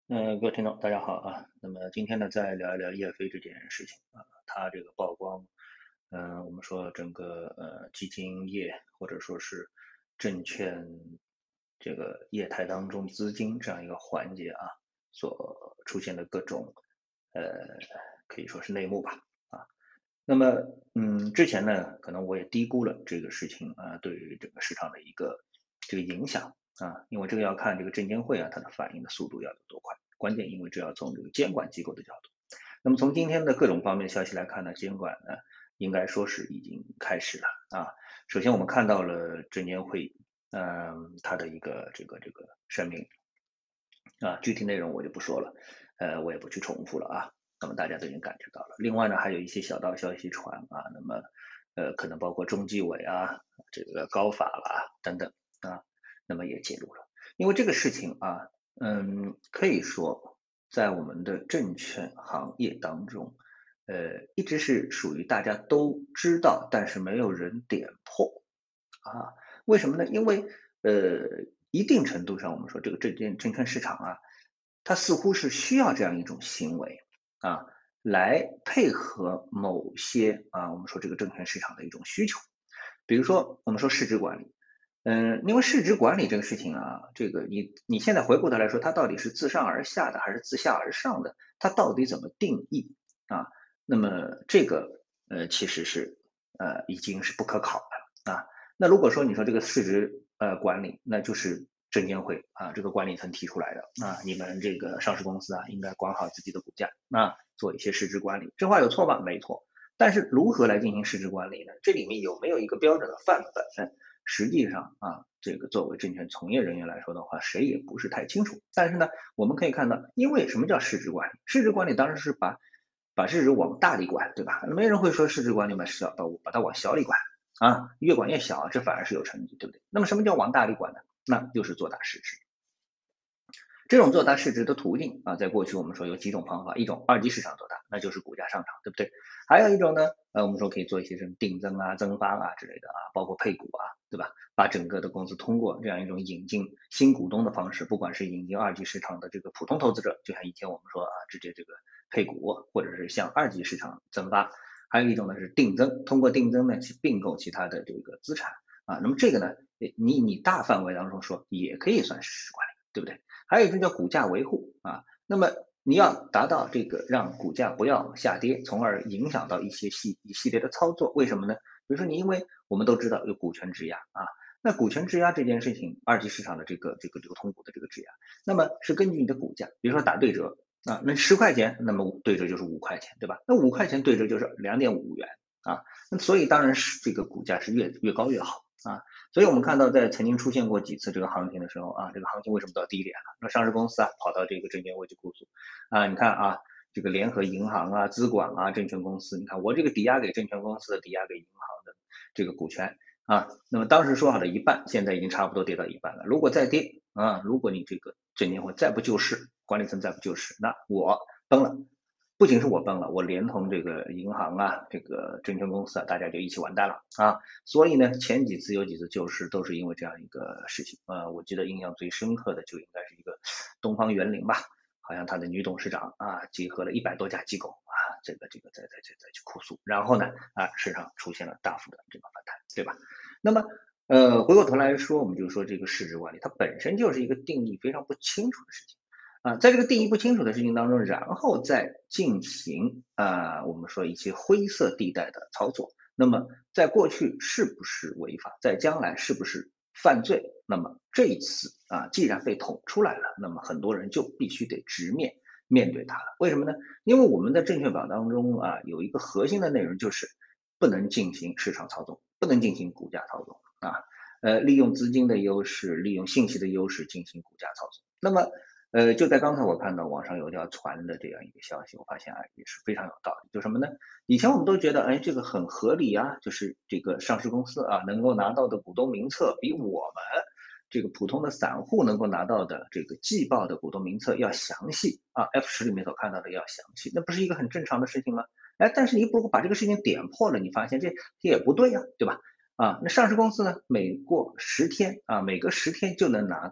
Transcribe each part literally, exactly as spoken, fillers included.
嗯，各位听众，大家好啊。那么今天呢，再聊一聊叶飞这件事情啊，它这个曝光，嗯、我们说整个呃基金业或者说是证券这个业态当中资金这样一个环节啊，所出现的各种呃可以说是内幕吧啊。那么嗯，之前呢，可能我也低估了这个事情啊对于整个市场的一个这个影响啊，因为这个要看这个证监会啊它的反应的速度要有多快。关键，因为这要从这个监管机构的角度。那么从今天的各种方面的消息来看呢，监管呢应该说是已经开始了啊。首先我们看到了证监会，嗯，它的一个这个这个声明啊，具体内容我就不说了，呃，我也不去重复了啊。那么大家都已经感觉到了。另外呢，还有一些小道消息传啊，那么呃，可能包括中纪委啊，这个高法啦等等啊，那么也介入了。因为这个事情啊，嗯，可以说在我们的证券行业当中，呃，一直是属于大家都知道，但是没有人点破啊。为什么呢？因为呃，一定程度上，我们说这个证券证券市场啊，它似乎是需要这样一种行为啊，来配合某些啊，我们说这个证券市场的一种需求。比如说，我们说市值管理，嗯，因为市值管理这个事情啊，这个你你现在回过头来说，它到底是自上而下的还是自下而上的？它到底怎么定义啊？那么这个呃，其实是呃已经是不可考的啊。那如果说你说这个市值呃管理，那就是证监会啊这个管理层提出来的啊，你们这个上市公司啊应该管好自己的股价，那做一些市值管理，这话有错吧？没错。但是如何来进行市值管理呢？这里面有没有一个标准的范本？实际上啊，这个作为证券从业人员来说的话，谁也不是太清楚。但是呢，我们可以看到，因为什么叫市值管理？市值管理当然是把把市值往大里管，对吧？没人会说市值管理把小到把它往小里管啊，越管越小，这反而是有成绩，对不对？那么什么叫往大里管呢？那就是做大市值。这种做大市值的途径啊，在过去我们说有几种方法，一种二级市场做大，那就是股价上涨，对不对？还有一种呢，呃，我们说可以做一些什么定增啊、增发啊之类的啊，包括配股啊，对吧？把整个的公司通过这样一种引进新股东的方式，不管是引进二级市场的这个普通投资者，就像以前我们说啊，直接这个配股，或者是向二级市场增发，还有一种呢是定增，通过定增呢去并购其他的这个资产啊，那么这个呢，你你大范围当中说也可以算是市值管理，对不对？还有一种叫股价维护啊，那么你要达到这个让股价不要下跌，从而影响到一些系一系列的操作，为什么呢？比如说你因为我们都知道有股权质押啊，那股权质押这件事情，二级市场的这个这个流通股的这个质押，那么是根据你的股价，比如说打对折啊，那十块钱，那么对折就是五块钱，对吧？那五块钱对折就是两点五元啊，那所以当然是这个股价是越越高越好啊。所以我们看到，在曾经出现过几次这个行情的时候啊，这个行情为什么到低点了？那上市公司啊跑到这个证监会去控诉啊，你看啊，这个联合银行啊、资管啊、证券公司，你看我这个抵押给证券公司的、抵押给银行的这个股权啊，那么当时说好的一半，现在已经差不多跌到一半了。如果再跌啊，如果你这个证监会再不救市，管理层再不救市，那我崩了。不仅是我崩了，我连同这个银行啊，这个证券公司啊，大家就一起完蛋了啊。所以呢，前几次有几次救市都是因为这样一个事情。呃，我记得印象最深刻的就应该是一个东方园林吧，好像他的女董事长啊，集合了一百多家机构啊，这个这个再再再再去哭诉，然后呢啊，市场出现了大幅的这个反弹，对吧？那么呃，回过头来说，我们就说这个市值管理，它本身就是一个定义非常不清楚的事情。啊，在这个定义不清楚的事情当中，然后再进行啊，我们说一些灰色地带的操作。那么在过去是不是违法，在将来是不是犯罪？那么这一次啊，既然被捅出来了，那么很多人就必须得直面面对它了。为什么呢？因为我们在证券法当中啊，有一个核心的内容就是不能进行市场操纵，不能进行股价操纵啊。呃，利用资金的优势，利用信息的优势进行股价操纵。那么呃，就在刚才我看到网上有条传的这样一个消息，我发现啊也是非常有道理。就什么呢？以前我们都觉得，哎，这个很合理啊，就是这个上市公司啊能够拿到的股东名册比我们这个普通的散户能够拿到的这个季报的股东名册要详细啊，F 十里面所看到的要详细，那不是一个很正常的事情吗？哎，但是你如果把这个事情点破了，你发现这这也不对呀、对吧？啊，那上市公司呢，每过十天啊，每隔十天就能拿到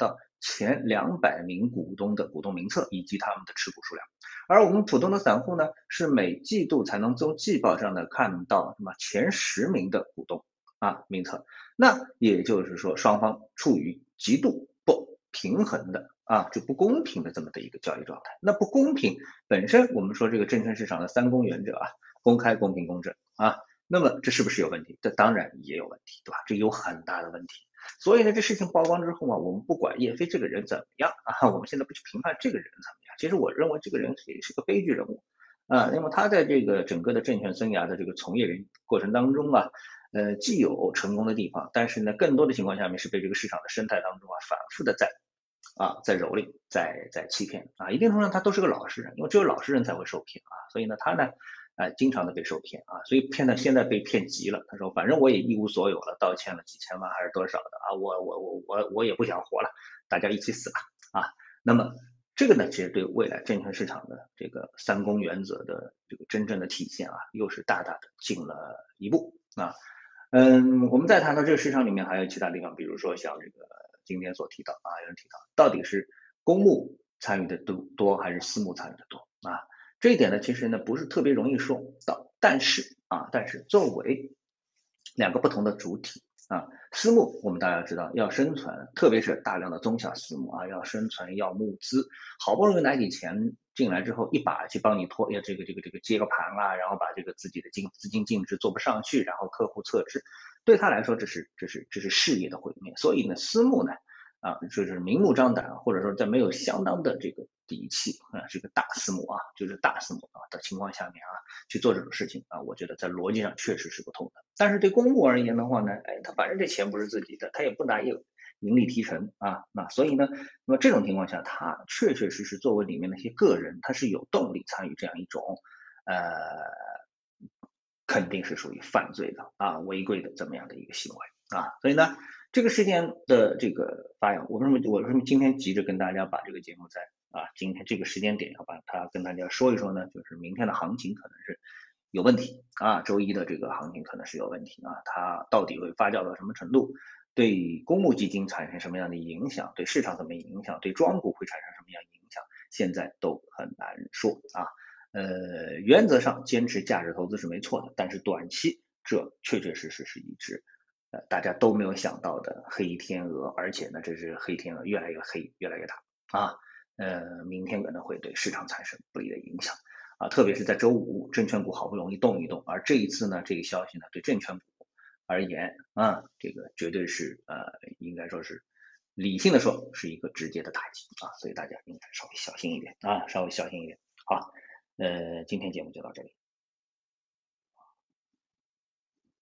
前两百名股东的股东名册以及他们的持股数量。而我们普通的散户呢，是每季度才能从季报上呢看到什么前十名的股东啊名册。那也就是说，双方处于极度不平衡的啊，就不公平的这么的一个交易状态。那不公平本身，我们说这个证券市场的三公原则啊，公开、公平、公正啊，那么这是不是有问题？这当然也有问题，对吧？这有很大的问题。所以呢，这事情曝光之后啊，我们不管叶飞这个人怎么样啊，我们现在不去评判这个人怎么样。其实我认为这个人也是个悲剧人物啊，那么他在这个整个的证券生涯的这个从业人过程当中啊，呃，既有成功的地方，但是呢，更多的情况下面是被这个市场的生态当中啊，反复的在啊，在蹂躏，在在欺骗啊，一定程度上他都是个老实人，因为只有老实人才会受骗啊，所以呢，他呢，啊、经常的被受骗啊，所以骗他现在被骗急了，他说反正我也一无所有了，道歉了几千万还是多少的啊，我我我我我也不想活了，大家一起死吧啊，那么这个呢，其实对未来证券市场的这个三公原则的这个真正的体现啊，又是大大的进了一步啊。嗯，我们再谈到这个市场里面还有其他地方，比如说像这个今天所提到啊，有人提到到底是公募参与的多多还是私募参与的多啊？这一点呢，其实呢不是特别容易说到，但是啊，但是作为两个不同的主体啊，私募我们大家知道要生存，特别是大量的中小私募啊，要生存要募资，好不容易拿起钱进来之后，一把去帮你拖，要这个这个这个接个盘啊，然后把这个自己的净资金净值做不上去，然后客户撤资，对他来说这是这是这是事业的毁灭。所以呢，私募呢啊，就是明目张胆，或者说在没有相当的这个底气啊，这个大私募啊，就是大私募啊的情况下面啊，去做这种事情啊，我觉得在逻辑上确实是不通的。但是对公募而言的话呢，哎，他反正这钱不是自己的，他也不拿有盈利提成啊，那所以呢，那么这种情况下，他确确实实作为里面那些个人，他是有动力参与这样一种呃，肯定是属于犯罪的啊，违规的这么样的一个行为啊，所以呢，这个事件的这个发扬，我为什么我为什么今天急着跟大家把这个节目在啊今天这个时间点要把它跟大家说一说呢？就是明天的行情可能是有问题啊，周一的这个行情可能是有问题啊，它到底会发酵到什么程度？对公募基金产生什么样的影响？对市场怎么影响？对庄股会产生什么样的影响？现在都很难说啊。呃，原则上坚持价值投资是没错的，但是短期这确确实实是一只呃大家都没有想到的黑天鹅，而且呢，这只黑天鹅越来越黑，越来越大啊。呃，明天可能会对市场产生不利的影响啊，特别是在周五，证券股好不容易动一动，而这一次呢，这个消息呢，对证券股而言啊，这个绝对是呃，应该说是理性的说是一个直接的打击啊，所以大家应该稍微小心一点啊，稍微小心一点。好，呃，今天节目就到这里。